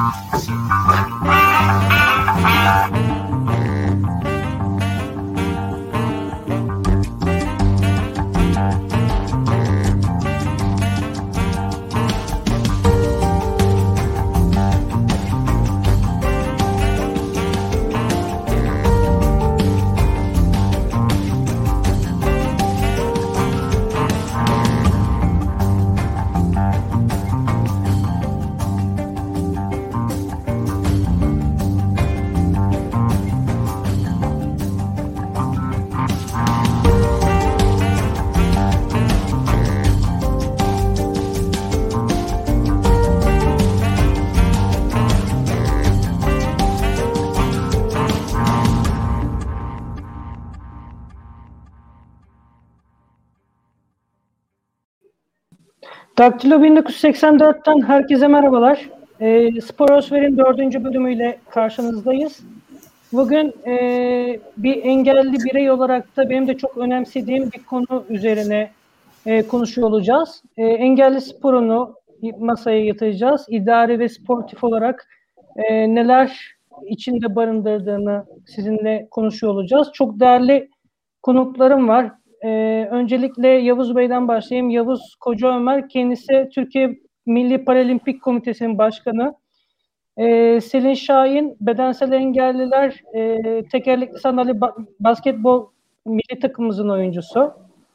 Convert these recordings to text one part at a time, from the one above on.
Daktilo 1984'ten herkese merhabalar. Sporosfer'in 4. bölümüyle karşınızdayız. Bugün bir engelli birey olarak da benim de çok önemsediğim bir konu üzerine konuşuyor olacağız. Engelli sporunu masaya yatıracağız. İdari ve sportif olarak neler içinde barındırdığını sizinle konuşuyor olacağız. Çok değerli konuklarım var. Öncelikle Yavuz Bey'den başlayayım. Yavuz Koca Ömer, kendisi Türkiye Milli Paralimpik Komitesi'nin başkanı. Selin Şahin, bedensel engelliler tekerlekli sandalye basketbol milli takımımızın oyuncusu.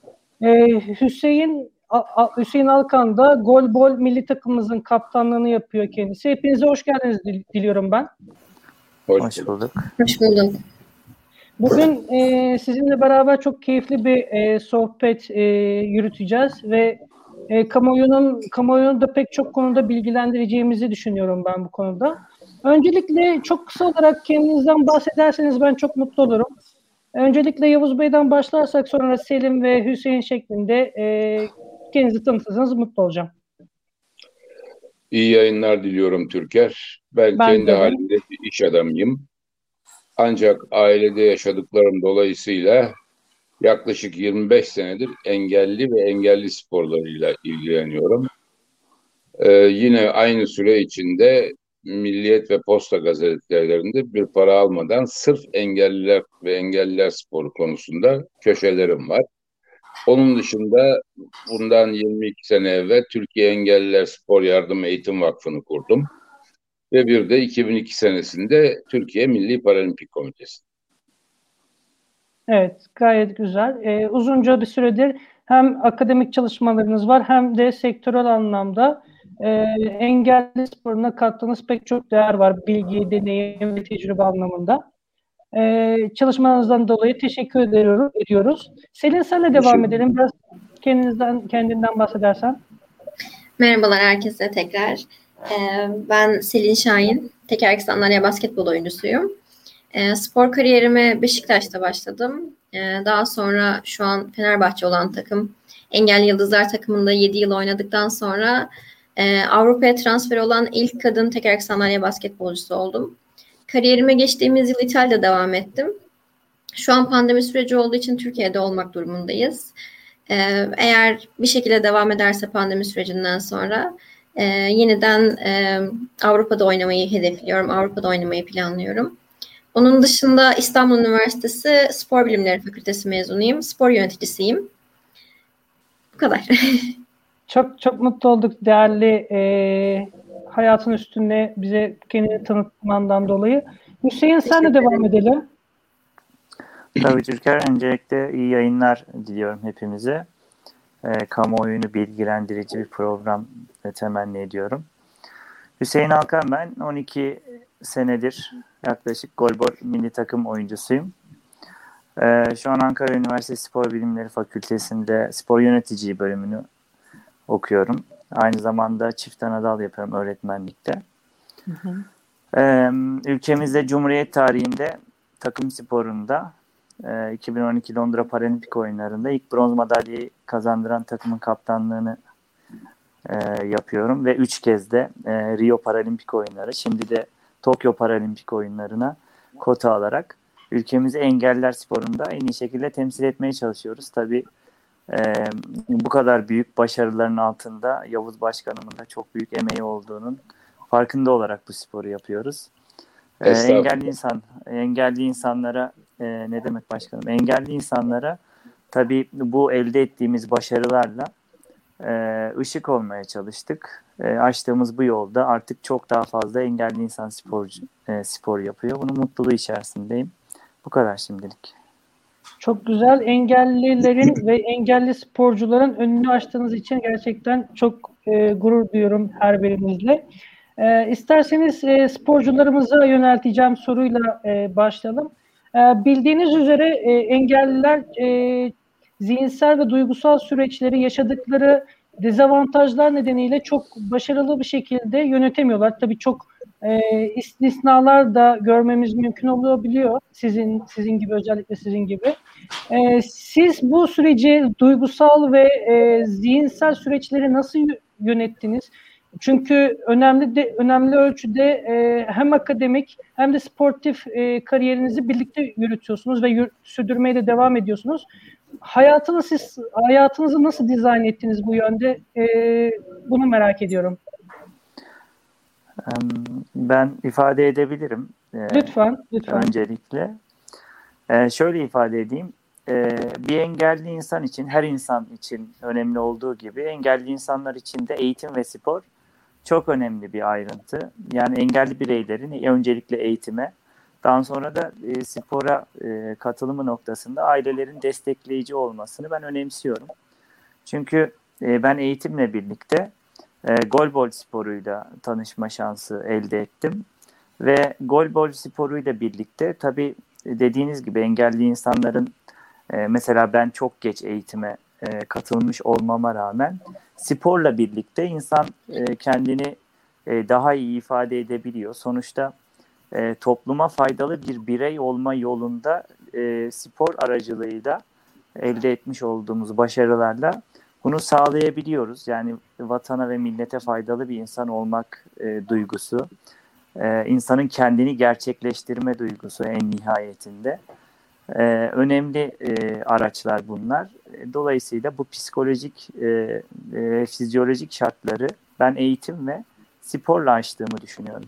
Hüseyin Alkan da golbol milli takımımızın kaptanlığını yapıyor kendisi. Hepinize hoş geldiniz diliyorum ben. Hoş bulduk. Hoş bulduk. Bugün sizinle beraber çok keyifli bir sohbet yürüteceğiz ve kamuoyunu da pek çok konuda bilgilendireceğimizi düşünüyorum ben bu konuda. Öncelikle çok kısa olarak kendinizden bahsederseniz ben çok mutlu olurum. Öncelikle Yavuz Bey'den başlarsak sonra Selim ve Hüseyin şeklinde kendinizi tanıtırsanız mutlu olacağım. İyi yayınlar diliyorum Türker. Ben kendi halimde bir iş adamıyım. Ancak ailede yaşadıklarım dolayısıyla yaklaşık 25 senedir engelli ve engelli sporlarıyla ilgileniyorum. Yine aynı süre içinde Milliyet ve Posta gazetelerinde bir para almadan sırf engelliler ve engelliler sporu konusunda köşelerim var. Onun dışında bundan 22 sene evvel Türkiye Engelliler Spor Yardım Eğitim Vakfı'nı kurdum. Ve bir de 2002 senesinde Türkiye Milli Paralimpik Komitesi. Evet, gayet güzel. Uzunca bir süredir hem akademik çalışmalarınız var hem de sektörel anlamda engelli sporuna kattığınız pek çok değer var. Bilgi, deneyim ve tecrübe anlamında. Çalışmanızdan dolayı teşekkür ediyoruz. Selin, senle devam edelim. Biraz kendinden bahsedersen. Merhabalar herkese tekrar. Ben Selin Şahin, tekerlekli sandalye basketbol oyuncusuyum. Spor kariyerime Beşiktaş'ta başladım. Daha sonra şu an Fenerbahçe olan takım, Engelli Yıldızlar takımında 7 yıl oynadıktan sonra Avrupa'ya transfer olan ilk kadın tekerlekli sandalye basketbolcusu oldum. Kariyerime geçtiğimiz yıl İtalya'da devam ettim. Şu an pandemi süreci olduğu için Türkiye'de olmak durumundayız. Eğer bir şekilde devam ederse pandemi sürecinden sonra yeniden Avrupa'da oynamayı hedefliyorum. Avrupa'da oynamayı planlıyorum. Onun dışında İstanbul Üniversitesi Spor Bilimleri Fakültesi mezunuyum. Spor yöneticisiyim. Bu kadar. Çok çok mutlu olduk değerli hayatın üstünde bize kendini tanıtmandan dolayı. Hüseyin, senle devam edelim. Tabii Türker, öncelikle iyi yayınlar diliyorum hepimize. Kamuoyunu bilgilendirici bir program temenni ediyorum. Hüseyin Alkan ben. 12 senedir yaklaşık golbol milli takım oyuncusuyum. Şu an Ankara Üniversitesi Spor Bilimleri Fakültesi'nde spor yöneticiliği bölümünü okuyorum. Aynı zamanda çift anadal yapıyorum öğretmenlikte. Hı hı. Ülkemizde Cumhuriyet tarihinde takım sporunda 2012 Londra Paralimpik oyunlarında ilk bronz madalyayı kazandıran takımın kaptanlığını yapıyorum ve 3 kez de Rio Paralimpik oyunları, şimdi de Tokyo Paralimpik oyunlarına kota alarak ülkemizi engelliler sporunda en iyi şekilde temsil etmeye çalışıyoruz. Tabii bu kadar büyük başarıların altında Yavuz Başkanımın da çok büyük emeği olduğunun farkında olarak bu sporu yapıyoruz. Engelli insanlara ne demek başkanım? Engelli insanlara tabii bu elde ettiğimiz başarılarla ışık olmaya çalıştık. Açtığımız bu yolda artık çok daha fazla engelli insan spor yapıyor. Bunun mutluluğu içerisindeyim. Bu kadar şimdilik. Çok güzel. Engellilerin ve engelli sporcuların önünü açtığınız için gerçekten çok gurur duyuyorum her birinizle. İsterseniz sporcularımıza yönelteceğim soruyla başlayalım. Bildiğiniz üzere engelliler zihinsel ve duygusal süreçleri yaşadıkları dezavantajlar nedeniyle çok başarılı bir şekilde yönetemiyorlar. Tabii çok istisnalar da görmemiz mümkün olabiliyor. Sizin gibi, özellikle sizin gibi. Siz bu süreci, duygusal ve zihinsel süreçleri nasıl yönettiniz? Çünkü önemli ölçüde hem akademik hem de sportif kariyerinizi birlikte yürütüyorsunuz ve sürdürmeye de devam ediyorsunuz. Hayatınızı nasıl dizayn ettiniz bu yönde? Bunu merak ediyorum. Ben ifade edebilirim. Lütfen. Öncelikle. Şöyle ifade edeyim. Bir engelli insan için, her insan için önemli olduğu gibi engelli insanlar için de eğitim ve spor çok önemli bir ayrıntı. Yani engelli bireylerin öncelikle eğitime, daha sonra da spora katılımı noktasında ailelerin destekleyici olmasını ben önemsiyorum. Çünkü ben eğitimle birlikte golbol sporuyla tanışma şansı elde ettim. Ve golbol sporuyla birlikte tabii dediğiniz gibi engelli insanların mesela ben çok geç eğitime katılmış olmama rağmen sporla birlikte insan kendini daha iyi ifade edebiliyor. Sonuçta topluma faydalı bir birey olma yolunda spor aracılığıyla elde etmiş olduğumuz başarılarla bunu sağlayabiliyoruz. Yani vatana ve millete faydalı bir insan olmak duygusu, insanın kendini gerçekleştirme duygusu en nihayetinde. Önemli araçlar bunlar. Dolayısıyla bu psikolojik, fizyolojik şartları ben eğitim ve sporla aştığımı düşünüyorum.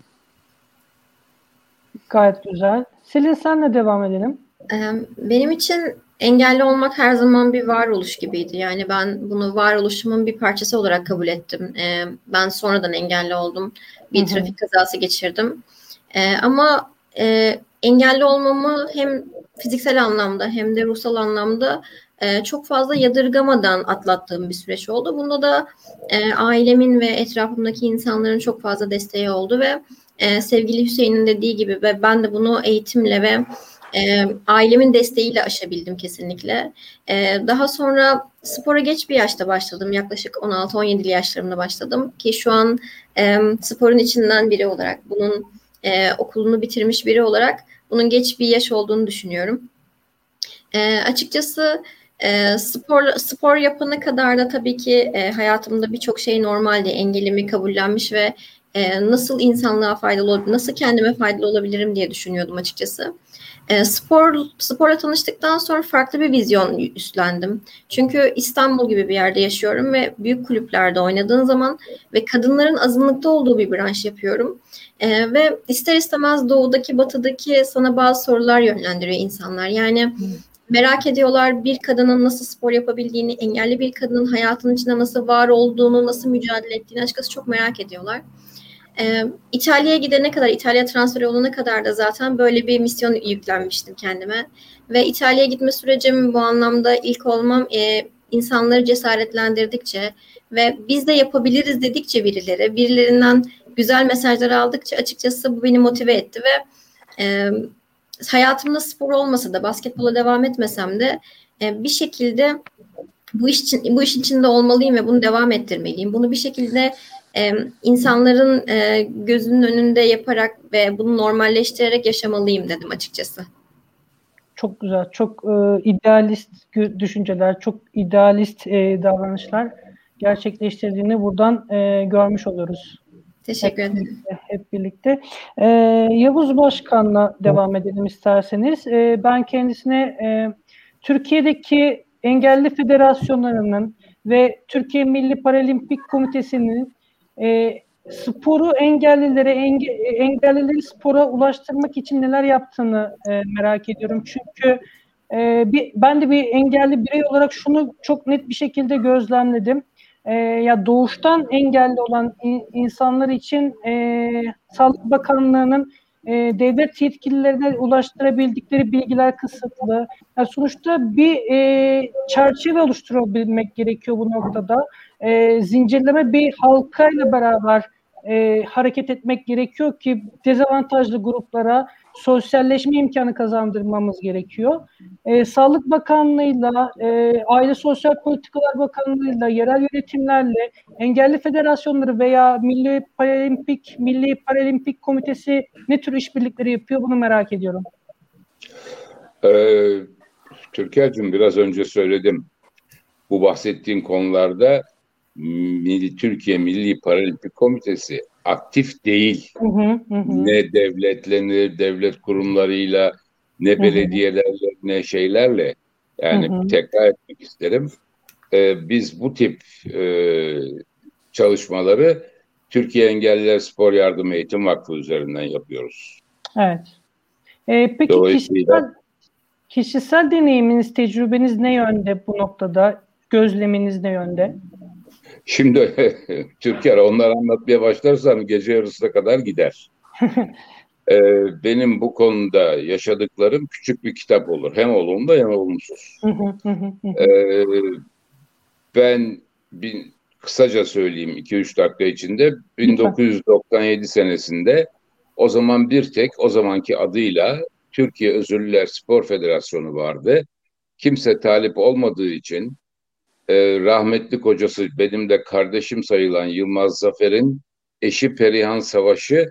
Gayet güzel. Selin, senle devam edelim. Benim için engelli olmak her zaman bir varoluş gibiydi. Yani ben bunu varoluşumun bir parçası olarak kabul ettim. Ben sonradan engelli oldum. Bir trafik kazası geçirdim. Ama engelli olmamı hem fiziksel anlamda hem de ruhsal anlamda çok fazla yadırgamadan atlattığım bir süreç oldu. Bunda da ailemin ve etrafımdaki insanların çok fazla desteği oldu ve sevgili Hüseyin'in dediği gibi ve ben de bunu eğitimle ve ailemin desteğiyle aşabildim kesinlikle. Daha sonra spora geç bir yaşta başladım. Yaklaşık 16-17 yaşlarımda başladım ki şu an sporun içinden biri olarak, bunun okulunu bitirmiş biri olarak bunun geç bir yaş olduğunu düşünüyorum. Açıkçası spor yapana kadar da tabii ki hayatımda birçok şey normaldi. Engelimi kabullenmiş ve nasıl insanlığa faydalı, nasıl kendime faydalı olabilirim diye düşünüyordum açıkçası. Sporla tanıştıktan sonra farklı bir vizyon üstlendim. Çünkü İstanbul gibi bir yerde yaşıyorum ve büyük kulüplerde oynadığın zaman ve kadınların azınlıkta olduğu bir branş yapıyorum. Ve ister istemez doğudaki, batıdaki sana bazı sorular yönlendiriyor insanlar. Yani merak ediyorlar bir kadının nasıl spor yapabildiğini, engelli bir kadının hayatının içinde nasıl var olduğunu, nasıl mücadele ettiğini açıkçası çok merak ediyorlar. İtalya'ya gidene kadar, İtalya transferi olana kadar da zaten böyle bir misyon yüklenmiştim kendime. Ve İtalya'ya gitme sürecim bu anlamda ilk olmam insanları cesaretlendirdikçe ve biz de yapabiliriz dedikçe birilerinden güzel mesajlar aldıkça açıkçası bu beni motive etti ve hayatımda spor olmasa da basketbola devam etmesem de bir şekilde bu işin içinde olmalıyım ve bunu devam ettirmeliyim. Bunu bir şekilde insanların gözünün önünde yaparak ve bunu normalleştirerek yaşamalıyım dedim açıkçası. Çok güzel, çok idealist düşünceler, çok idealist davranışlar gerçekleştirdiğini buradan görmüş oluyoruz. Teşekkür ederim. Hep birlikte. Yavuz Başkan'la devam edelim isterseniz. Ben kendisine Türkiye'deki engelli federasyonlarının ve Türkiye Milli Paralimpik Komitesi'nin sporu engellileri spora ulaştırmak için neler yaptığını merak ediyorum. Çünkü ben de bir engelli birey olarak şunu çok net bir şekilde gözlemledim. Ya doğuştan engelli olan insanlar için Sağlık Bakanlığı'nın devlet yetkililerine ulaştırabildikleri bilgiler kısıtlı. Yani sonuçta bir çerçeve oluşturabilmek gerekiyor bu noktada. Zincirleme bir halkayla beraber hareket etmek gerekiyor ki dezavantajlı gruplara sosyalleşme imkanı kazandırmamız gerekiyor. Sağlık Bakanlığı'yla, Aile Sosyal Politikalar Bakanlığı'yla, yerel yönetimlerle, engelli federasyonları veya Milli Paralimpik Komitesi ne tür işbirlikleri yapıyor bunu merak ediyorum. Türker'cim biraz önce söyledim. Bu bahsettiğin konularda Türkiye Milli Paralimpik Komitesi aktif değil. Ne devletlenir, devlet kurumlarıyla, ne belediyelerle, ne şeylerle. Yani tekrar etmek isterim. Biz bu tip çalışmaları Türkiye Engelliler Spor Yardım Eğitim Vakfı üzerinden yapıyoruz. Evet. Peki kişisel deneyiminiz, tecrübeniz ne yönde bu noktada? Gözleminiz ne yönde? Şimdi Türker, onları anlatmaya başlarsam gece yarısına kadar gider. Benim bu konuda yaşadıklarım küçük bir kitap olur. Hem olumlu hem olumsuz. Ben kısaca söyleyeyim 2-3 dakika içinde 1997 senesinde o zaman bir tek o zamanki adıyla Türkiye Özürlüler Spor Federasyonu vardı. Kimse talip olmadığı için rahmetli kocası benim de kardeşim sayılan Yılmaz Zafer'in eşi Perihan Savaş'ı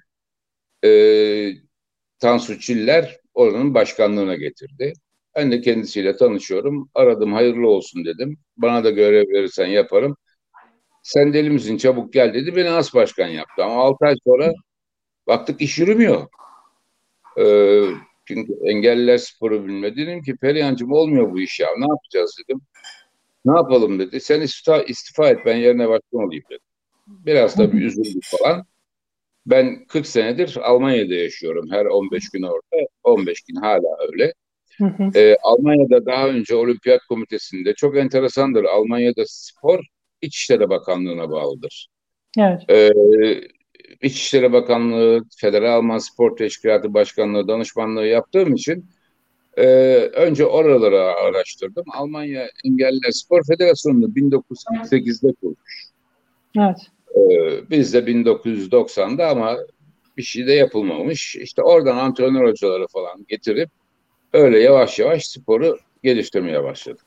Tansu Çiller oranın başkanlığına getirdi. Ben de kendisiyle tanışıyorum. Aradım, hayırlı olsun dedim. Bana da görev verirsen yaparım. Sen deli misin, çabuk gel dedi. Beni as başkan yaptı. Ama 6 ay sonra baktık iş yürümüyor. Çünkü engelliler sporu bilmedi. Dedim ki Perihan'cığım olmuyor bu iş ya. Ne yapacağız dedim. Ne yapalım dedi. Sen istifa et, ben yerine başkan olayım dedi. Biraz da bir üzüldü falan. Ben 40 senedir Almanya'da yaşıyorum. Her 15 gün orada, 15 gün hala öyle. Almanya'da daha önce Olimpiyat Komitesi'nde çok enteresandır. Almanya'da spor İçişleri Bakanlığı'na bağlıdır. Evet. İçişleri Bakanlığı, Federal Alman Spor Teşkilatı Başkanlığı, danışmanlığı yaptığım için önce oraları araştırdım. Almanya Engelliler Spor Federasyonu'nu 1948'de kurmuş. Evet. Biz de 1990'da ama bir şey de yapılmamış. İşte oradan antrenör hocaları falan getirip öyle yavaş yavaş sporu geliştirmeye başladık.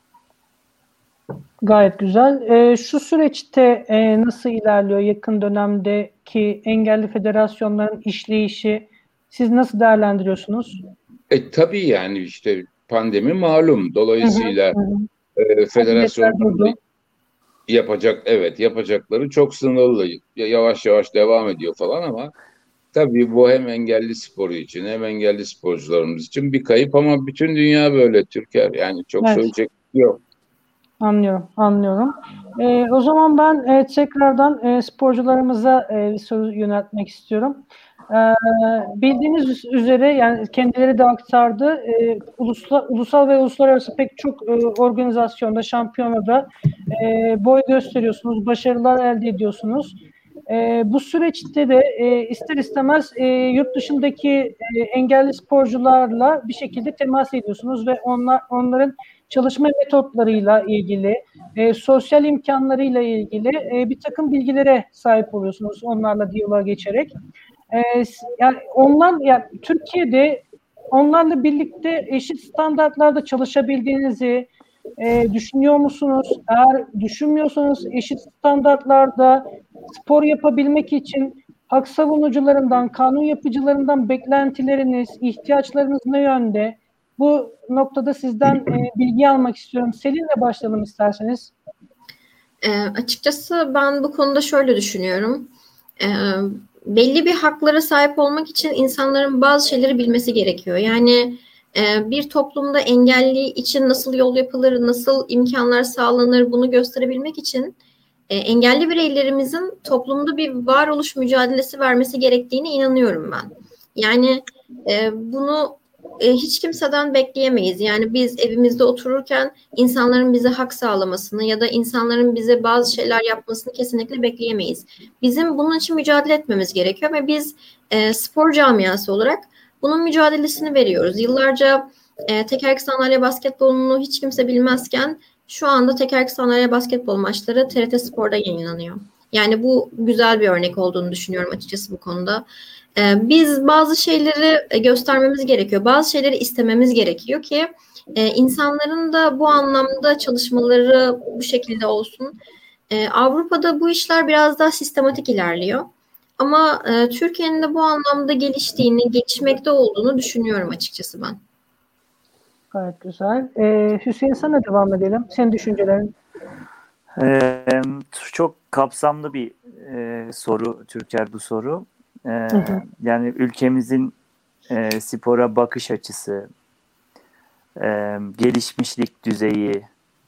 Gayet güzel. Şu süreçte nasıl ilerliyor yakın dönemdeki engelli federasyonların işleyişi? Siz nasıl değerlendiriyorsunuz? Tabii yani işte pandemi malum. Dolayısıyla federasyonların yapacakları çok sınırlı. Yavaş yavaş devam ediyor falan ama tabii bu hem engelli sporu için hem engelli sporcularımız için bir kayıp ama bütün dünya böyle Türker. Yani çok söyleyecek yok. Anlıyorum. O zaman ben tekrardan sporcularımıza bir soru yöneltmek istiyorum. Bildiğiniz üzere yani kendileri de aktardı. Ulusal ve uluslararası pek çok organizasyonda, şampiyonada boy gösteriyorsunuz, başarılar elde ediyorsunuz. Bu süreçte de ister istemez yurt dışındaki engelli sporcularla bir şekilde temas ediyorsunuz ve onların çalışma metotlarıyla ilgili, sosyal imkanlarıyla ilgili bir takım bilgilere sahip oluyorsunuz onlarla diyaloğa geçerek. Yani Türkiye'de onlarla birlikte eşit standartlarda çalışabildiğinizi düşünüyor musunuz? Eğer düşünmüyorsanız eşit standartlarda spor yapabilmek için hak savunucularından, kanun yapıcılarından beklentileriniz, ihtiyaçlarınız ne yönde? Bu noktada sizden bilgi almak istiyorum. Selin'le başlayalım isterseniz. Açıkçası ben bu konuda şöyle düşünüyorum. Belli bir haklara sahip olmak için insanların bazı şeyleri bilmesi gerekiyor. Yani bir toplumda engelli için nasıl yol yapılır, nasıl imkanlar sağlanır bunu gösterebilmek için engelli bireylerimizin toplumda bir varoluş mücadelesi vermesi gerektiğine inanıyorum ben. Yani bunu hiç kimseden bekleyemeyiz. Yani biz evimizde otururken insanların bize hak sağlamasını ya da insanların bize bazı şeyler yapmasını kesinlikle bekleyemeyiz. Bizim bunun için mücadele etmemiz gerekiyor ve biz spor camiası olarak bunun mücadelesini veriyoruz. Yıllarca tekerlekli sandalye basketbolunu hiç kimse bilmezken şu anda tekerlekli sandalye basketbol maçları TRT Spor'da yayınlanıyor. Yani bu güzel bir örnek olduğunu düşünüyorum açıkçası bu konuda. Biz bazı şeyleri göstermemiz gerekiyor. Bazı şeyleri istememiz gerekiyor ki insanların da bu anlamda çalışmaları bu şekilde olsun. Avrupa'da bu işler biraz daha sistematik ilerliyor. Ama Türkiye'nin de bu anlamda geliştiğini, gelişmekte olduğunu düşünüyorum açıkçası ben. Gayet güzel. Hüseyin, sana devam edelim. Senin düşüncelerin. Çok kapsamlı bir soru Türker, bu soru. Yani ülkemizin spora bakış açısı, gelişmişlik düzeyi,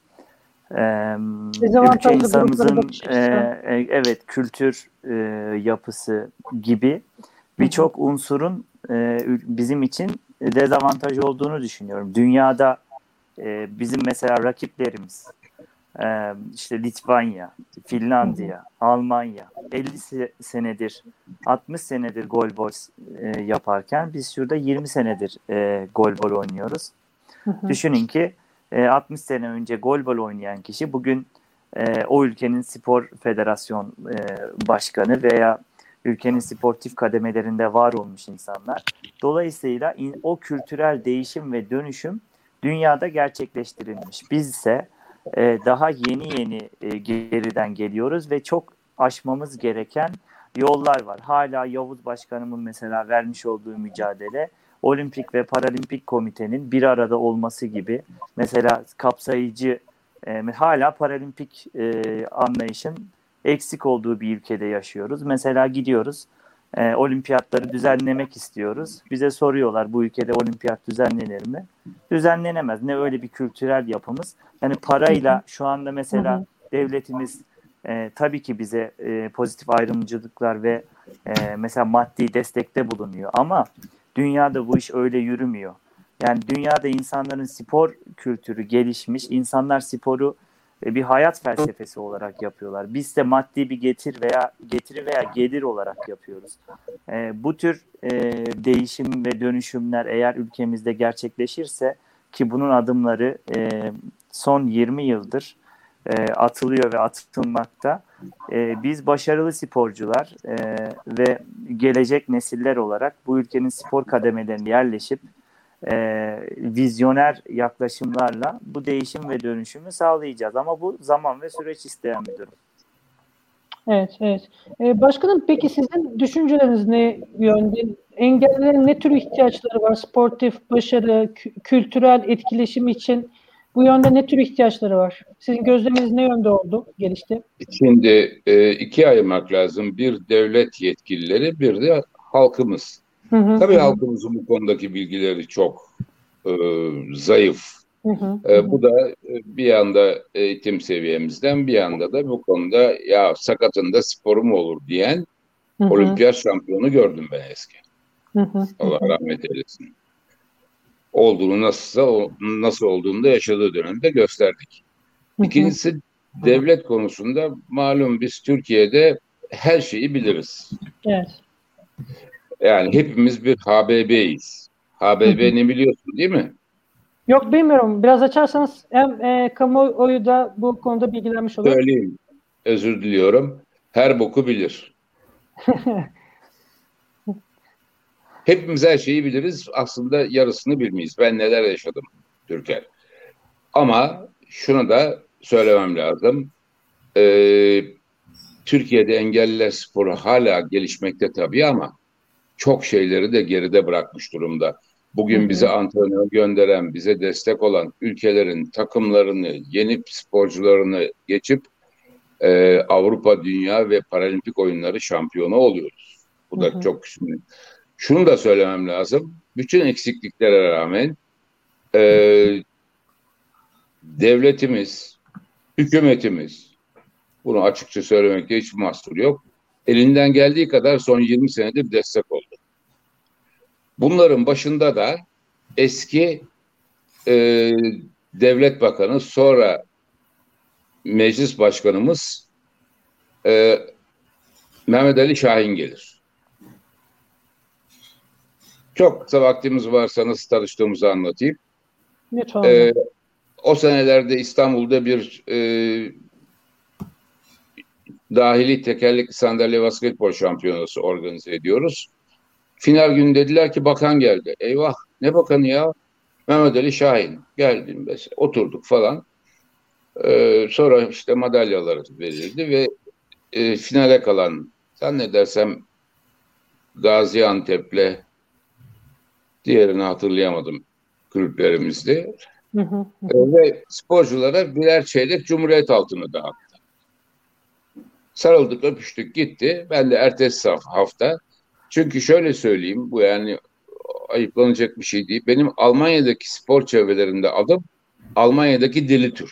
ülke insanımızın evet kültür yapısı gibi birçok unsurun bizim için dezavantaj olduğunu düşünüyorum. Dünyada bizim mesela rakiplerimiz işte Litvanya, Finlandiya, Almanya 50 senedir 60 senedir golbol yaparken biz şurada 20 senedir golbol oynuyoruz. Düşünün ki 60 sene önce golbol oynayan kişi bugün o ülkenin spor federasyon başkanı veya ülkenin sportif kademelerinde var olmuş insanlar. Dolayısıyla o kültürel değişim ve dönüşüm dünyada gerçekleştirilmiş. Biz ise daha yeni geriden geliyoruz ve çok aşmamız gereken yollar var. Hala Yavuz Başkanımın mesela vermiş olduğu mücadele, Olimpik ve Paralimpik Komitenin bir arada olması gibi mesela kapsayıcı hala paralimpik anlayışın eksik olduğu bir ülkede yaşıyoruz. Mesela gidiyoruz olimpiyatları düzenlemek istiyoruz. Bize soruyorlar, bu ülkede olimpiyat düzenlenir mi? Düzenlenemez. Ne öyle bir kültürel yapımız. Yani parayla şu anda mesela devletimiz tabii ki bize pozitif ayrımcılıklar ve mesela maddi destekte bulunuyor. Ama dünyada bu iş öyle yürümüyor. Yani dünyada insanların spor kültürü gelişmiş. İnsanlar sporu bir hayat felsefesi olarak yapıyorlar. Biz de maddi bir getiri veya gelir olarak yapıyoruz. Bu tür değişim ve dönüşümler eğer ülkemizde gerçekleşirse, ki bunun adımları son 20 yıldır atılıyor ve atılmakta. Biz başarılı sporcular ve gelecek nesiller olarak bu ülkenin spor kademelerine yerleşip vizyoner yaklaşımlarla bu değişim ve dönüşümü sağlayacağız. Ama bu zaman ve süreç isteyen bir durum. Evet, evet. Başkanım, peki sizin düşünceleriniz ne yönde? Engellilerin ne tür ihtiyaçları var? Sportif başarı, kültürel etkileşim için bu yönde ne tür ihtiyaçları var? Sizin gözleminiz ne yönde oldu, gelişti? Şimdi ikiye ayırmak lazım. Bir, devlet yetkilileri, bir de halkımız. Tabii halkımızın bu konudaki bilgileri çok zayıf. Bu da bir yanda eğitim seviyemizden, bir yanda da bu konuda ya sakatında sporu mu olur diyen olimpiyat şampiyonu gördüm ben eski. Allah rahmet eylesin. Olduğunu nasıl olduğunu da yaşadığı dönemde gösterdik. İkincisi, devlet konusunda malum biz Türkiye'de her şeyi biliriz. Evet. Yani hepimiz bir HBB'yiz. HBB ne biliyorsun değil mi? Yok, bilmiyorum. Biraz açarsanız hem kamuoyu da bu konuda bilgilenmiş olur. Söyleyeyim. Özür diliyorum. Her boku bilir. Hepimiz her şeyi biliriz. Aslında yarısını bilmeyiz. Ben neler yaşadım Türker. Ama şunu da söylemem lazım. Türkiye'de engelliler sporu hala gelişmekte tabii ama çok şeyleri de geride bırakmış durumda. Bugün bize antrenör gönderen, bize destek olan ülkelerin takımlarını, yeni sporcularını geçip Avrupa, Dünya ve Paralimpik oyunları şampiyonu oluyoruz. Bu da çok güzel. Şunu da söylemem lazım. Bütün eksikliklere rağmen devletimiz, hükümetimiz, Bunu açıkça söylemekte hiçbir mahsur yok. Elinden geldiği kadar son 20 senedir destek oldu. Bunların başında da eski devlet bakanı, sonra meclis başkanımız Mehmet Ali Şahin gelir. Çok kısa vaktimiz varsa nasıl tanıştığımızı anlatayım. O senelerde İstanbul'da bir dahili tekerlekli sandalye basketbol şampiyonası organize ediyoruz. Final günü dediler ki bakan geldi. Eyvah, ne bakanı ya? Mehmet Ali Şahin. Geldim mesela. Oturduk falan. Sonra işte madalyalar verildi ve finale kalan, zannedersem Gaziantep'le diğerini hatırlayamadım, kulüplerimizde. Ve sporculara birer çeyrek Cumhuriyet altını dağıttı. Sarıldık, öpüştük, gitti. Ben de ertesi hafta, çünkü şöyle söyleyeyim, bu yani ayıplanacak bir şey değil. Benim Almanya'daki spor çevrelerinde adım Almanya'daki Deli Türk.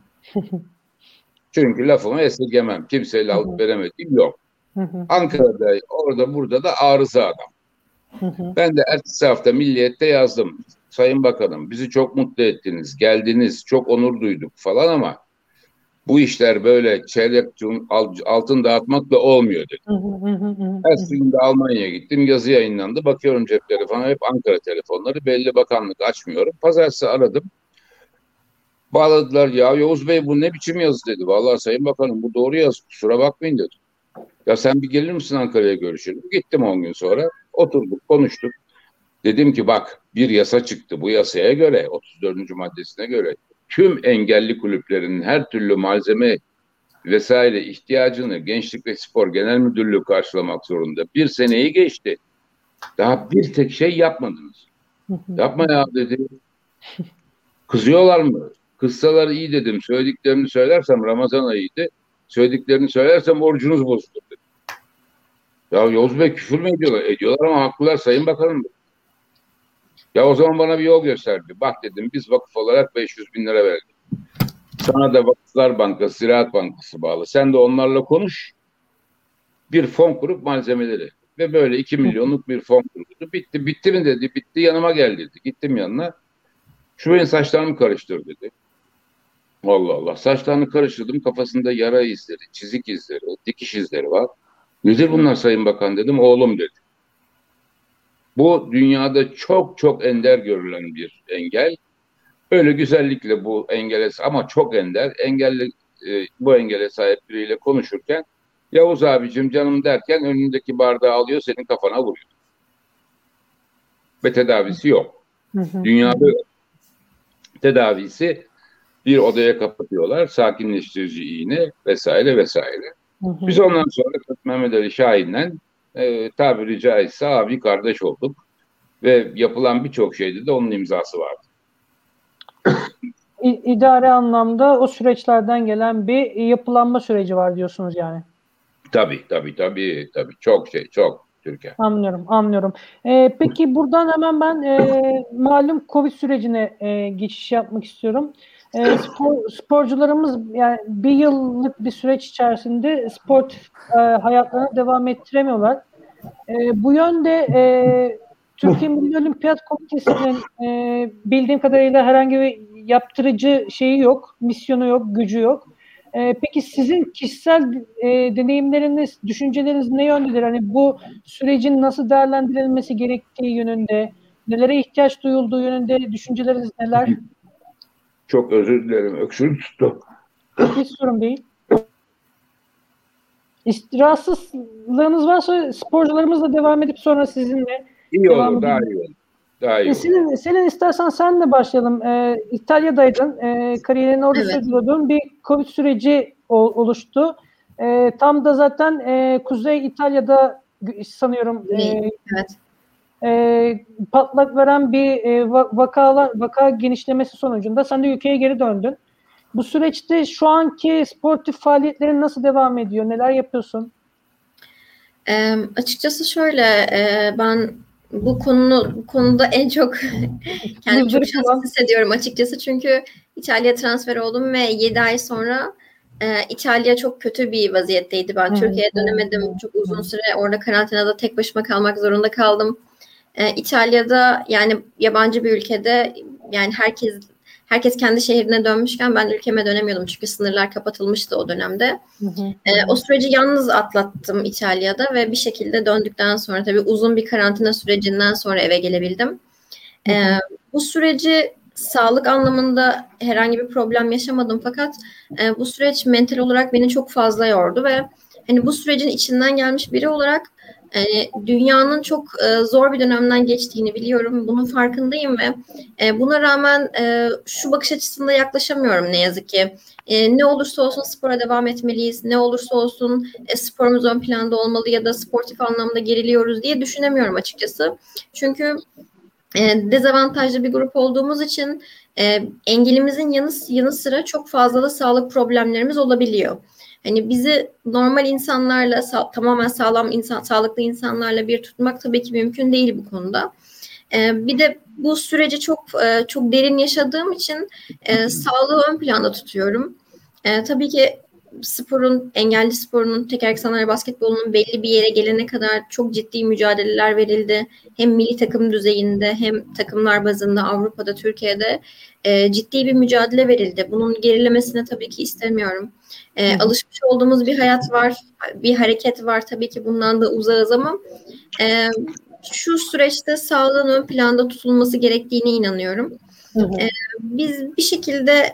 Çünkü lafımı esirgemem. Kimseyle alıp veremediğim yok. Ankara'da, orada, burada da arıza adam. Ben de ertesi hafta Milliyet'te yazdım. Sayın Bakanım, bizi çok mutlu ettiniz, geldiniz, çok onur duyduk falan ama bu işler böyle çeyrek altın dağıtmakla olmuyor dedim. Ertesi gün de Almanya'ya gittim, yazı yayınlandı. Bakıyorum cep telefonu, hep Ankara telefonları, belli bakanlık, açmıyorum. Pazartesi aradım. Bağladılar, ya Yavuz Bey bu ne biçim yazı dedi. Vallahi Sayın Bakanım bu doğru yazı, kusura bakmayın dedim. Ya sen bir gelir misin Ankara'ya, görüşelim. Gittim 10 gün sonra, oturduk, konuştuk. Dedim ki bak, bir yasa çıktı. Bu yasaya göre, 34. maddesine göre tüm engelli kulüplerinin her türlü malzeme vesaire ihtiyacını Gençlik ve Spor Genel Müdürlüğü karşılamak zorunda. Bir seneyi geçti. Daha bir tek şey yapmadınız. Yapma ya dedi. Kızıyorlar mı? Kızsalar iyi dedim. Söylediklerini söylersem Ramazan ayıydı. Söylediklerini söylersem orucunuz bozulur dedi. Ya Yavuz Bey küfür mü ediyorlar? Ediyorlar ama haklılar Sayın Bakanım. Ya o zaman bana bir yol gösterdi. Bak dedim, biz vakıf olarak 500 bin lira verdik. Sana da Vakıflar Bankası, Ziraat Bankası bağlı. Sen de onlarla konuş. Bir fon kurup malzemeleri. Ve böyle 2 milyonluk bir fon kuruldu. Bitti. Bitti mi dedi. Bitti, yanıma gel dedi. Gittim yanına. Şu benim saçlarımı karıştır dedi. Allah Allah. Saçlarını karıştırdım. Kafasında yara izleri, çizik izleri, dikiş izleri var. Nedir bunlar Sayın Bakan dedim. Oğlum dedi. Bu dünyada çok çok ender görülen bir engel. Öyle güzellikle bu engele, ama çok ender. Bu engele sahip biriyle konuşurken Yavuz abicim canım derken önündeki bardağı alıyor, senin kafana vuruyor. Ve tedavisi yok. Dünyada tedavisi bir odaya kapatıyorlar, sakinleştirici iğne vesaire vesaire. Biz ondan sonra Mehmet Ali Şahin'le tabiri caizse abi kardeş olduk ve yapılan birçok şeyde de onun imzası vardı. İdari anlamda o süreçlerden gelen bir yapılanma süreci var diyorsunuz yani. Tabii. Çok Türkiye. Anlıyorum. Peki buradan hemen ben malum Covid sürecine geçiş yapmak istiyorum. Sporcularımız yani bir yıllık bir süreç içerisinde sportif hayatlarına devam ettiremiyorlar. Bu yönde Türkiye Milli Olimpiyat Komitesi'nin bildiğim kadarıyla herhangi bir yaptırıcı şeyi yok, misyonu yok, gücü yok. Peki sizin kişisel deneyimleriniz, düşünceleriniz ne yöndedir? Hani bu sürecin nasıl değerlendirilmesi gerektiği yönünde, nelere ihtiyaç duyulduğu yönünde düşünceleriniz neler? Çok özür dilerim. Öksürük tuttu. Hiç sorun değil. Rahatsızlığınız varsa sporcularımızla devam edip sonra sizinle devam olur, daha iyi olur. Daha iyi olur. Senin istersen senle başlayalım. İtalya'daydın. Kariyerini orada sürdürüyordun. Bir Covid süreci oluştu. Tam da zaten Kuzey İtalya'da sanıyorum patlak veren bir vaka genişlemesi sonucunda sen de ülkeye geri döndün. Bu süreçte şu anki sportif faaliyetlerin nasıl devam ediyor? Neler yapıyorsun? Açıkçası şöyle, ben bu konuda en çok kendimi çok şanslı hissediyorum açıkçası. Çünkü İtalya transfer oldum ve 7 ay sonra İtalya çok kötü bir vaziyetteydi. Ben Türkiye'ye dönemedim. Çok uzun süre orada karantinada tek başıma kalmak zorunda kaldım. İtalya'da yani yabancı bir ülkede yani herkes kendi şehrine dönmüşken ben ülkeme dönemiyordum çünkü sınırlar kapatılmıştı o dönemde. O süreci yalnız atlattım İtalya'da ve bir şekilde döndükten sonra tabii uzun bir karantina sürecinden sonra eve gelebildim. Bu süreci sağlık anlamında herhangi bir problem yaşamadım fakat bu süreç mental olarak beni çok fazla yordu ve hani bu sürecin içinden gelmiş biri olarak dünyanın çok zor bir dönemden geçtiğini biliyorum. Bunun farkındayım ve buna rağmen şu bakış açısında yaklaşamıyorum ne yazık ki. Ne olursa olsun spora devam etmeliyiz. Ne olursa olsun sporumuz ön planda olmalı ya da sportif anlamda geriliyoruz diye düşünemiyorum açıkçası. Çünkü dezavantajlı bir grup olduğumuz için engelimizin yanı sıra çok fazla da sağlık problemlerimiz olabiliyor. Hani bizi normal insanlarla tamamen sağlıklı insanlarla bir tutmak tabii ki mümkün değil bu konuda. Bir de bu süreci çok derin yaşadığım için sağlığı ön planda tutuyorum. Tabii ki engelli sporunun, tekerlekli sandalye basketbolunun belli bir yere gelene kadar çok ciddi mücadeleler verildi. Hem milli takım düzeyinde hem takımlar bazında Avrupa'da, Türkiye'de ciddi bir mücadele verildi. Bunun gerilemesini tabii ki istemiyorum. Alışmış olduğumuz bir hayat var, bir hareket var. Tabii ki bundan da uzağız ama şu süreçte sağlığın ön planda tutulması gerektiğine inanıyorum. Biz bir şekilde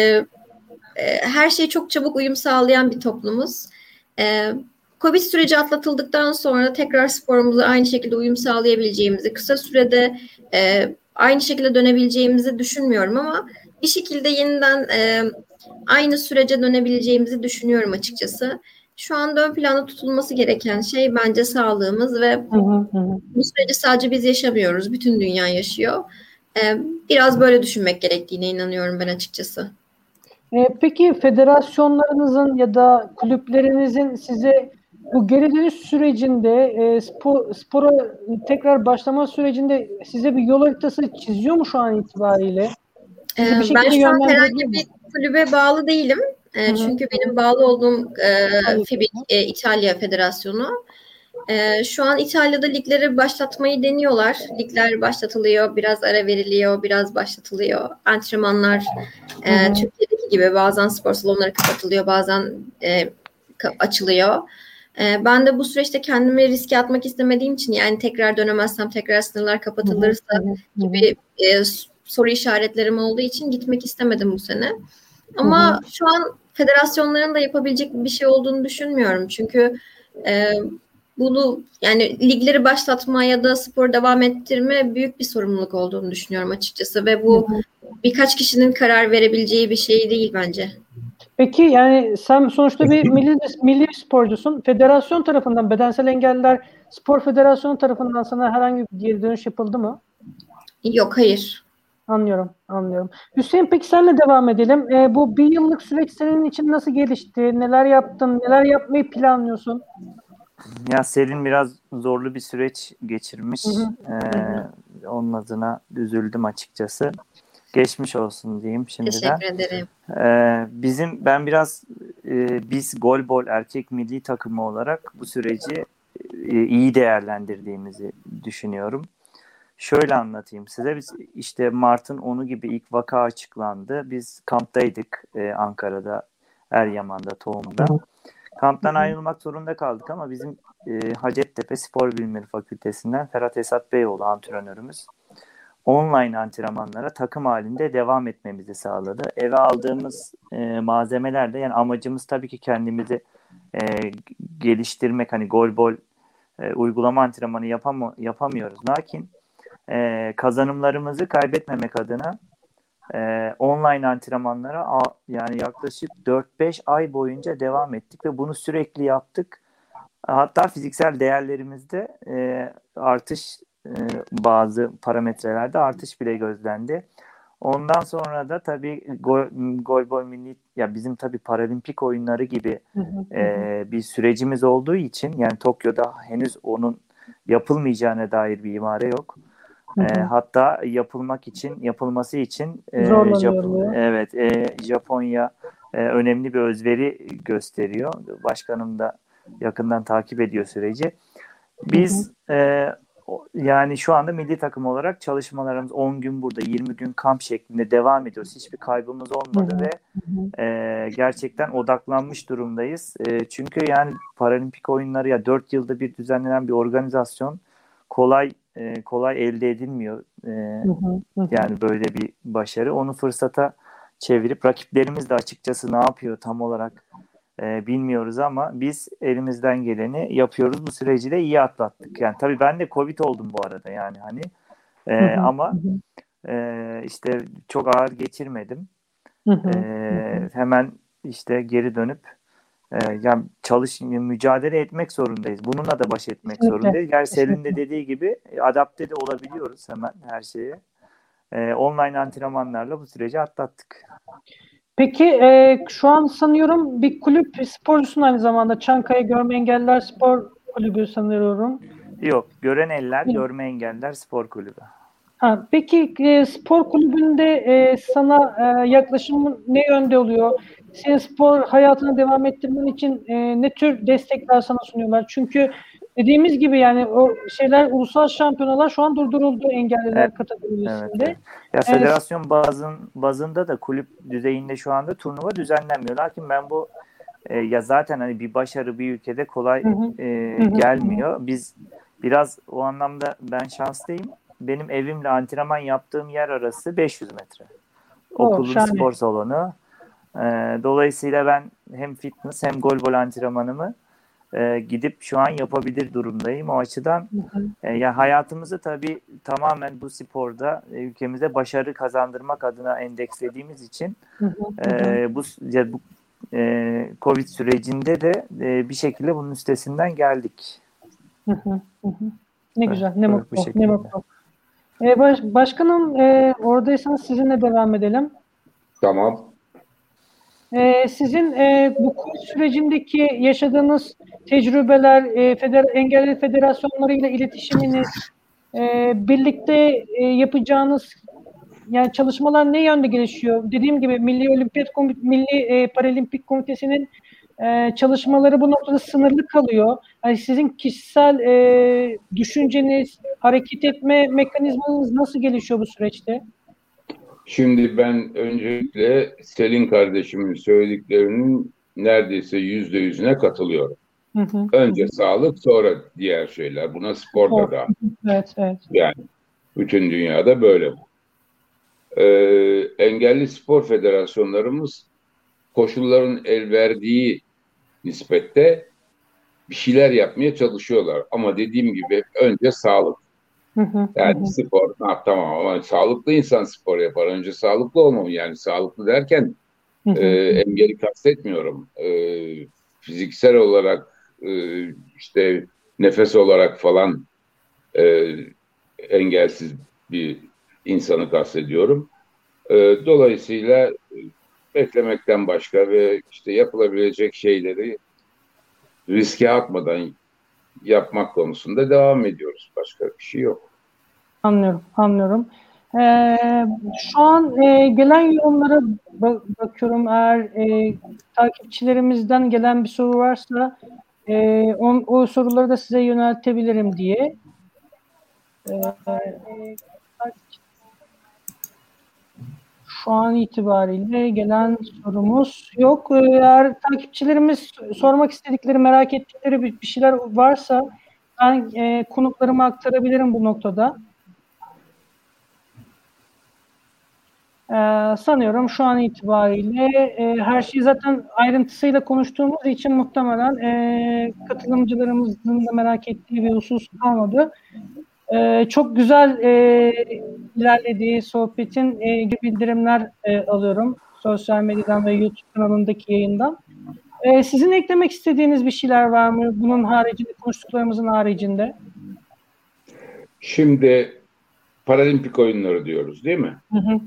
her şeye çok çabuk uyum sağlayan bir toplumuz. Covid süreci atlatıldıktan sonra tekrar sporumuza aynı şekilde uyum sağlayabileceğimizi, kısa sürede aynı şekilde dönebileceğimizi düşünmüyorum ama bir şekilde yeniden aynı sürece dönebileceğimizi düşünüyorum açıkçası. Şu anda ön planda tutulması gereken şey bence sağlığımız ve bu süreci sadece biz yaşamıyoruz. Bütün dünya yaşıyor. Biraz böyle düşünmek gerektiğine inanıyorum ben açıkçası. Peki federasyonlarınızın ya da kulüplerinizin size bu geri dönüş sürecinde spora tekrar başlama sürecinde size bir yol haritası çiziyor mu şu an itibariyle? Ben şu an herhangi bir kulübe bağlı değilim. Çünkü benim bağlı olduğum FIBIC İtalya Federasyonu. Şu an İtalya'da ligleri başlatmayı deniyorlar. Ligler başlatılıyor, biraz ara veriliyor, biraz başlatılıyor. Antrenmanlar Türkiye'deki gibi bazen spor salonları kapatılıyor, bazen açılıyor. Ben de bu süreçte kendimi riske atmak istemediğim için yani tekrar dönemezsem, tekrar sınırlar kapatılırsa gibi soru işaretlerim olduğu için gitmek istemedim bu sene. Ama şu an federasyonların da yapabilecek bir şey olduğunu düşünmüyorum. Çünkü bunu yani ligleri başlatma ya da spor devam ettirme büyük bir sorumluluk olduğunu düşünüyorum açıkçası ve bu birkaç kişinin karar verebileceği bir şey değil bence. Peki yani sen sonuçta bir milli sporcusun. Federasyon tarafından, Bedensel Engelliler Spor Federasyonu tarafından sana herhangi bir geri dönüş yapıldı mı? Yok, hayır. Anlıyorum. Hüseyin, peki senle devam edelim. Bu bir yıllık süreç senin için nasıl gelişti? Neler yaptın? Neler yapmayı planlıyorsun? Ya Selin biraz zorlu bir süreç geçirmiş. Onun adına üzüldüm açıkçası. Geçmiş olsun diyeyim şimdiden. Teşekkür ederim. Biz golbol erkek milli takımı olarak bu süreci iyi değerlendirdiğimizi düşünüyorum. Şöyle anlatayım size. Biz işte Mart'ın 10'u gibi ilk vaka açıklandı. Biz kamptaydık Ankara'da, Eryaman'da, Tohum'da. Kamptan ayrılmak zorunda kaldık ama bizim Hacettepe Spor Bilimleri Fakültesinden Ferhat Esat Beyoğlu antrenörümüz online antrenmanlara takım halinde devam etmemizi sağladı. Eve aldığımız malzemelerle yani amacımız tabii ki kendimizi geliştirmek. Hani golbol uygulama antrenmanı yapamıyoruz. Lakin kazanımlarımızı kaybetmemek adına online antrenmanlara yani yaklaşık 4-5 ay boyunca devam ettik ve bunu sürekli yaptık. Hatta fiziksel değerlerimizde artış, bazı parametrelerde artış bile gözlendi. Ondan sonra da tabii golbol milli ya bizim tabii paralimpik oyunları gibi bir sürecimiz olduğu için yani Tokyo'da henüz onun yapılmayacağına dair bir imare yok. Hatta yapılması için Japonya önemli bir özveri gösteriyor. Başkanım da yakından takip ediyor süreci. Biz yani şu anda milli takım olarak çalışmalarımız 10 gün burada, 20 gün kamp şeklinde devam ediyoruz. Hiçbir kaybımız olmadı ve gerçekten odaklanmış durumdayız. Çünkü yani paralimpik oyunları ya 4 yılda bir düzenlenen bir organizasyon kolay elde edilmiyor. Yani böyle bir başarı. Onu fırsata çevirip rakiplerimiz de açıkçası ne yapıyor tam olarak bilmiyoruz ama biz elimizden geleni yapıyoruz. Bu süreci de iyi atlattık. Yani tabii ben de Covid oldum bu arada yani hani ama işte çok ağır geçirmedim. Hemen işte geri dönüp yani mücadele etmek zorundayız. Bununla da baş etmek zorundayız. Yani Selin de dediği gibi adapte de olabiliyoruz hemen her şeye. Online antrenmanlarla bu süreci atlattık. Peki şu an sanıyorum bir kulüp sporcusun aynı zamanda. Çankaya Görme Engelliler Spor Kulübü sanıyorum. Yok, Gören Eller Görme Engelliler Spor Kulübü. Peki spor kulübünde sana yaklaşımın ne yönde oluyor? Senin spor hayatını devam ettirmen için ne tür destekler sana sunuyorlar? Çünkü dediğimiz gibi yani o ulusal şampiyonalar şu an durduruldu engelliler kategorisinde. Evet. Ya federasyon bazında da kulüp düzeyinde şu anda turnuva düzenlenmiyor. Lakin ben bu ya zaten hani bir başarı bir ülkede kolay gelmiyor. Biz biraz o anlamda ben şanslıyım. Benim evimle antrenman yaptığım yer arası 500 metre. Okulun spor salonu. Dolayısıyla ben hem fitness hem golbol antrenmanımı gidip şu an yapabilir durumdayım. O açıdan ya hayatımızı tabii tamamen bu sporda ülkemize başarı kazandırmak adına endekslediğimiz için bu Covid sürecinde de bir şekilde bunun üstesinden geldik. Ne güzel, ne mutlu. Ne mutlu. Başkanım oradaysanız sizinle devam edelim. Tamam. Sizin bu Covid sürecindeki yaşadığınız tecrübeler, engelli federasyonlarıyla iletişiminiz, birlikte yapacağınız yani çalışmalar ne yönde gelişiyor? Dediğim gibi Milli Paralimpik Komitesi'nin çalışmaları bu noktada sınırlı kalıyor. Yani sizin kişisel düşünceniz, hareket etme mekanizmanız nasıl gelişiyor bu süreçte? Şimdi ben öncelikle Selin kardeşimin söylediklerinin neredeyse %100'üne katılıyorum. Önce sağlık, sonra diğer şeyler. Buna spor da dahil. Evet. Yani bütün dünyada böyle bu. Engelli spor federasyonlarımız koşulların el verdiği nispette bir şeyler yapmaya çalışıyorlar. Ama dediğim gibi önce sağlık. Yani spor, tamam ama sağlıklı insan spor yapar. Önce sağlıklı olmamı, yani sağlıklı derken engeli kastetmiyorum. Fiziksel olarak işte nefes olarak falan engelsiz bir insanı kastediyorum. Dolayısıyla beklemekten başka ve işte yapılabilecek şeyleri riske atmadan yapmak konusunda devam ediyoruz. Başka bir şey yok. Anlıyorum. Şu an gelen yorumlara bakıyorum. Eğer takipçilerimizden gelen bir soru varsa o soruları da size yöneltebilirim diye. Şu an itibariyle gelen sorumuz yok. Eğer takipçilerimiz sormak istedikleri, merak ettikleri bir şeyler varsa ben konuklarıma aktarabilirim bu noktada. Sanıyorum şu an itibariyle her şeyi zaten ayrıntısıyla konuştuğumuz için muhtemelen katılımcılarımızın da merak ettiği bir husus kalmadı. Çok güzel ilerlediği sohbetin bildirimler alıyorum sosyal medyadan ve YouTube kanalındaki yayından. Sizin eklemek istediğiniz bir şeyler var mı? Bunun haricinde, konuştuklarımızın haricinde. Şimdi Paralimpik oyunları diyoruz değil mi?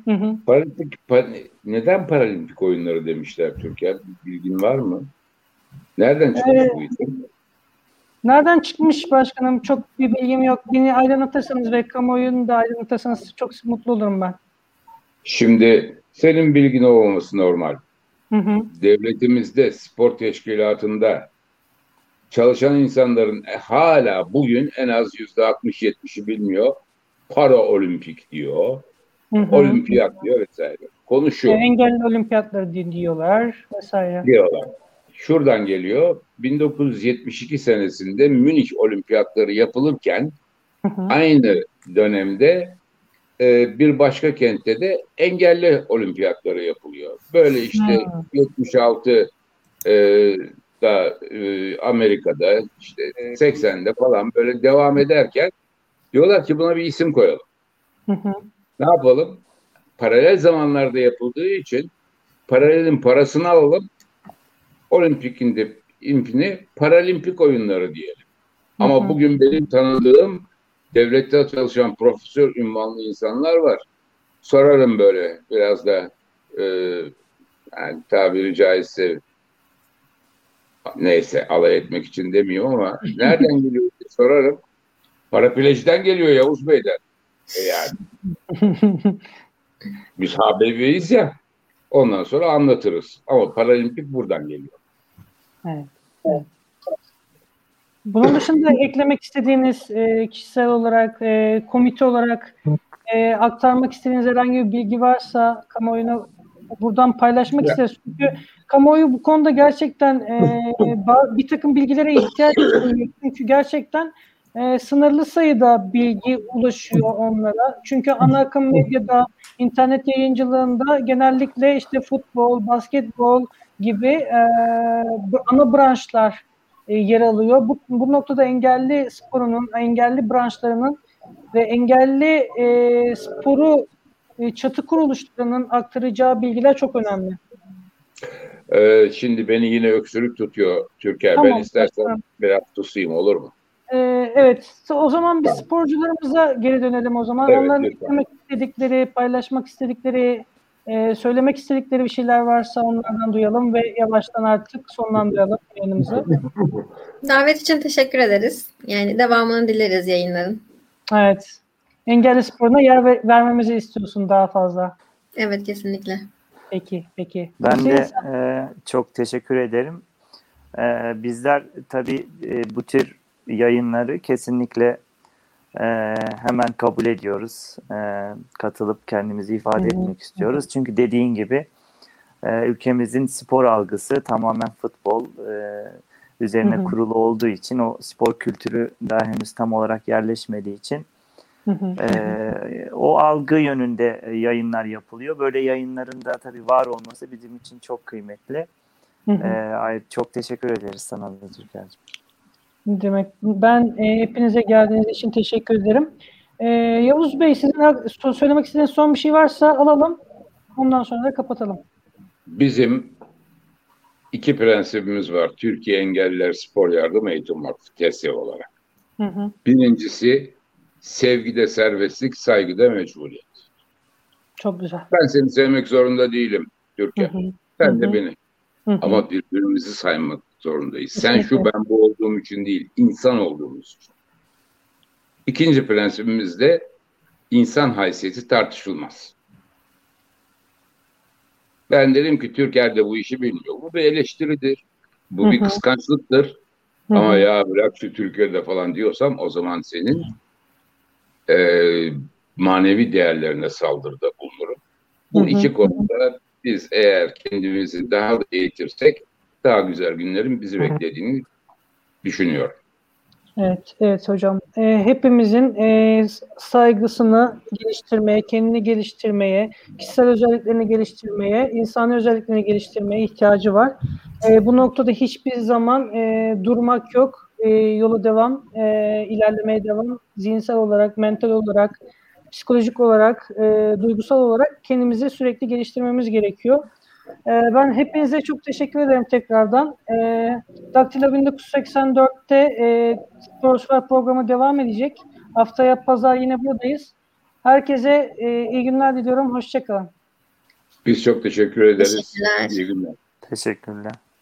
Neden Paralimpik oyunları demişler Türkiye? Bilgin var mı? Nereden çıkmış bu isim? Nereden çıkmış başkanım? Çok bir bilgim yok. Beni aydınlatırsanız ve kamuoyunu da aydınlatırsanız çok mutlu olurum ben. Şimdi senin bilgin olmaması normal. Hı hı. Devletimizde, spor teşkilatında çalışan insanların hala bugün en az %60-70'i bilmiyor. Para olimpik diyor, Hı hı. olimpiyat diyor vesaire. Konu şu, Engelli olimpiyatları diyorlar vesaire. diyorlar. Şuradan geliyor. 1972 senesinde Münih olimpiyatları yapılırken Hı hı. aynı dönemde bir başka kentte de engelli olimpiyatları yapılıyor. Böyle işte Hı 76 da Amerika'da işte 80'de falan böyle devam ederken diyorlar ki buna bir isim koyalım. hı. Hı. Ne yapalım? Paralel zamanlarda yapıldığı için paralelin parasını alalım. Olimpik'in impini paralimpik oyunları diyelim. Hı Ama hı. bugün benim tanıdığım devlette çalışan profesör ünvanlı insanlar var. Sorarım böyle biraz da e, yani tabiri caizse neyse alay etmek için demiyorum ama nereden geliyor diye sorarım. Paraplejden geliyor Yavuz Bey'den. Yani biz habebeyiz ya ondan sonra anlatırız. Ama paralimpik buradan geliyor. Evet, evet. Bunun dışında eklemek istediğiniz kişisel olarak, komite olarak aktarmak istediğiniz herhangi bir bilgi varsa kamuoyuna buradan paylaşmak Ya, isteriz. Çünkü kamuoyu bu konuda gerçekten bir takım bilgilere ihtiyaç duyuyor. Çünkü gerçekten sınırlı sayıda bilgi ulaşıyor onlara. Çünkü ana akım medyada, internet yayıncılığında genellikle işte futbol, basketbol gibi ana branşlar yer alıyor. Bu noktada engelli sporunun, engelli branşlarının ve engelli sporu çatı kuruluşlarının aktaracağı bilgiler çok önemli. şimdi beni yine öksürük tutuyor Türker. Ben Tamam. istersen biraz susayım olur mu? Evet. O zaman biz Tamam. sporcularımıza geri dönelim o zaman. Evet Onların lütfen. eklemek istedikleri, paylaşmak istedikleri, söylemek istedikleri bir şeyler varsa onlardan duyalım ve yavaştan artık sonlandıralım yayınımızı. Davet için teşekkür ederiz. Yani devamını dileriz yayınların. Evet. Engelli sporuna yer vermemizi istiyorsun daha fazla. Evet, kesinlikle. Peki. Ben de çok teşekkür ederim. Bizler tabii bu tür yayınları kesinlikle hemen kabul ediyoruz. Katılıp kendimizi ifade etmek istiyoruz. Çünkü dediğin gibi ülkemizin spor algısı tamamen futbol üzerine kurulu olduğu için o spor kültürü daha henüz tam olarak yerleşmediği için o algı yönünde yayınlar yapılıyor. Böyle yayınların da tabii var olması bizim için çok kıymetli. Çok teşekkür ederiz sana da Türker'cim. Demek ben hepinize geldiğiniz için teşekkür ederim. Yavuz Bey sizin söylemek istediğiniz son bir şey varsa alalım. Ondan sonra da kapatalım. Bizim iki prensibimiz var. Türkiye Engelliler Spor Yardım Eğitim Vakfı TESE olarak. Birincisi sevgide serbestlik, saygıda mecburiyet. Çok güzel. Ben seni sevmek zorunda değilim Türkiye. Sen de beni. Ama birbirimizi saymak zorundayız. Sen şu ben bu olduğum için değil, insan olduğumuz için. İkinci prensibimiz de insan haysiyeti tartışılmaz. Ben dedim ki Türker de bu işi bilmiyor. Bu bir eleştiridir. Bu bir kıskançlıktır. Ama ya bırak şu Türkiye'de falan diyorsam o zaman senin manevi değerlerine saldırıda bulunurum. Bu iki konuda biz eğer kendimizi daha da eğitirsek daha güzel günlerin bizi beklediğini düşünüyorum. Evet hocam. Hepimizin saygısını geliştirmeye, kendini geliştirmeye, kişisel özelliklerini geliştirmeye, insani özelliklerini geliştirmeye ihtiyacı var. Bu noktada hiçbir zaman durmak yok. Yola devam, ilerlemeye devam. Zihinsel olarak, mental olarak, psikolojik olarak, duygusal olarak kendimizi sürekli geliştirmemiz gerekiyor. Ben hepinize çok teşekkür ederim tekrardan. Daktilo 1984'te Spor programı devam edecek. Haftaya pazar yine buradayız. Herkese iyi günler diliyorum. Hoşçakalın. Biz çok teşekkür ederiz. Teşekkürler. İyi günler. Teşekkürler.